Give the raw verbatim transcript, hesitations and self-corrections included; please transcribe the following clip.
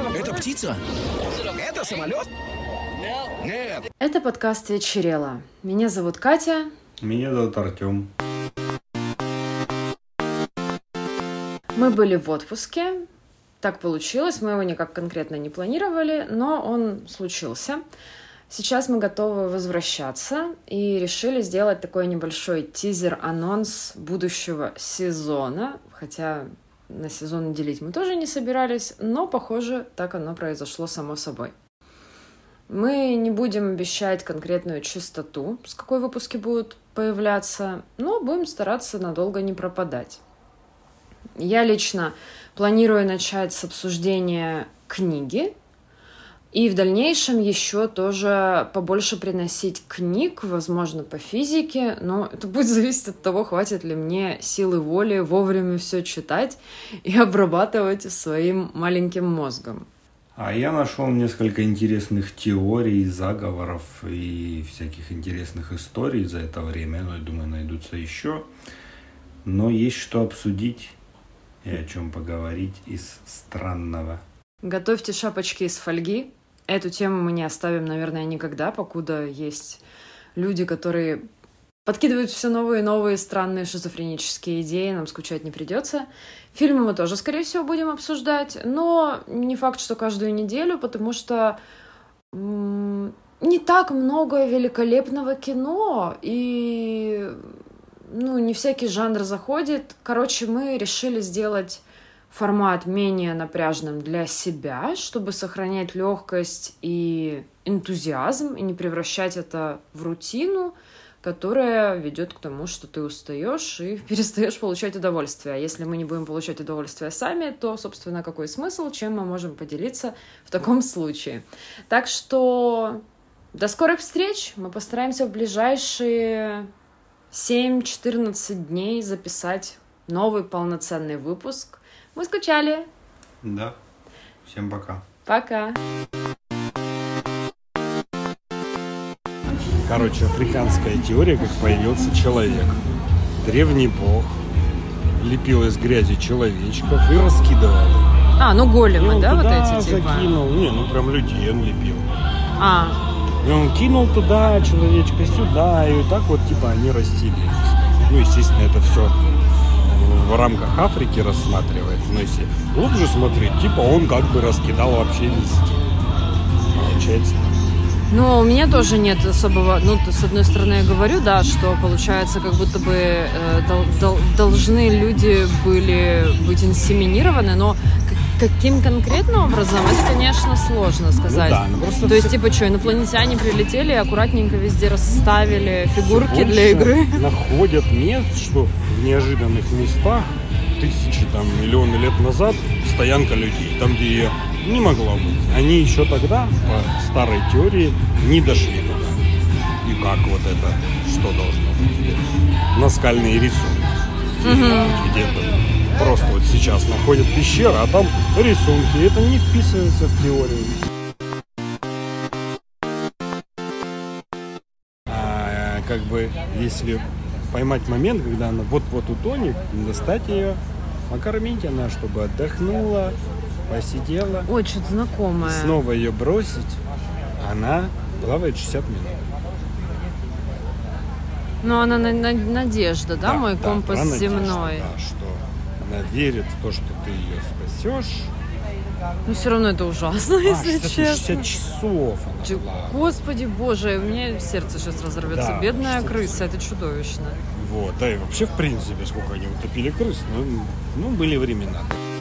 Это птица? Это самолет? Нет. Это подкаст «Вечерело». Меня зовут Катя. Меня зовут Артем. Мы были в отпуске. Так получилось, мы его никак конкретно не планировали, но он случился. Сейчас мы готовы возвращаться и решили сделать такой небольшой тизер-анонс будущего сезона, хотя на сезон делить мы тоже не собирались, но, похоже, так оно произошло само собой. Мы не будем обещать конкретную частоту, с какой выпуски будут появляться, но будем стараться надолго не пропадать. Я лично планирую начать с обсуждения книги и в дальнейшем еще тоже побольше приносить книг, возможно, по физике, но это будет зависеть от того, хватит ли мне силы воли вовремя все читать и обрабатывать своим маленьким мозгом. А я нашел несколько интересных теорий, заговоров и всяких интересных историй за это время. Ну, я думаю, найдутся еще. Но есть что обсудить и о чем поговорить из странного. Готовьте шапочки из фольги. Эту тему мы не оставим, наверное, никогда, покуда есть люди, которые подкидывают все новые и новые странные шизофренические идеи, нам скучать не придется. Фильмы мы тоже, скорее всего, будем обсуждать, но не факт, что каждую неделю, потому что м- не так много великолепного кино, и ну, не всякий жанр заходит. Короче, мы решили сделать формат менее напряжным для себя, чтобы сохранять легкость и энтузиазм, и не превращать это в рутину, которая ведет к тому, что ты устаешь и перестаешь получать удовольствие. А если мы не будем получать удовольствие сами, то, собственно, какой смысл, чем мы можем поделиться в таком случае? Так что до скорых встреч! Мы постараемся в ближайшие семь-четырнадцать дней записать новый полноценный выпуск. Мы скучали. Да. Всем пока. Пока. Короче, африканская теория, как появился человек. Древний бог лепил из грязи человечков и раскидывал. А, ну големы, да, вот туда эти типа? Закинул. Не, ну прям людей он лепил. А. И он кинул туда человечка, сюда, и так вот типа они расселились. Ну, естественно, это все в рамках Африки рассматривается. Но если глубже смотреть, типа он как бы раскидал вообще везде. Получается. Ну, у меня тоже нет особого... Ну, с одной стороны, я говорю, да, что получается, как будто бы э, дол- дол- должны люди были быть инсеминированы, но к- каким конкретным образом, это, конечно, сложно сказать. Ну, да, ну, просто То есть, типа, что, инопланетяне прилетели и аккуратненько везде расставили фигурки для игры? Находят мест, что в неожиданных местах тысячи, там, миллионы лет назад стоянка людей, там, где ее не могло быть. Они еще тогда, по старой теории, не дошли туда. И как вот это, что должно быть? Наскальные рисунки. Mm-hmm. Где-то просто вот сейчас находят пещеру, а там рисунки. Это не вписывается в теорию. А, как бы, если поймать момент, когда она вот-вот утонет, достать ее, покормить она, чтобы отдохнула, посидела. Ой, что-то знакомое. Снова ее бросить, она плавает шестьдесят минут. Ну, она на- на- надежда, да, Да, мой да, компас про надежду, земной. Да, что она верит в то, что ты ее спасешь. Но все равно это ужасно, А, если шестьдесят честно. часов она Ч- плавает. Господи боже, у меня сердце сейчас разорвется. Да, Бедная что-то. крыса, это чудовищно. Вот, да и вообще, в принципе, сколько они утопили крыс. Ну, ну были времена.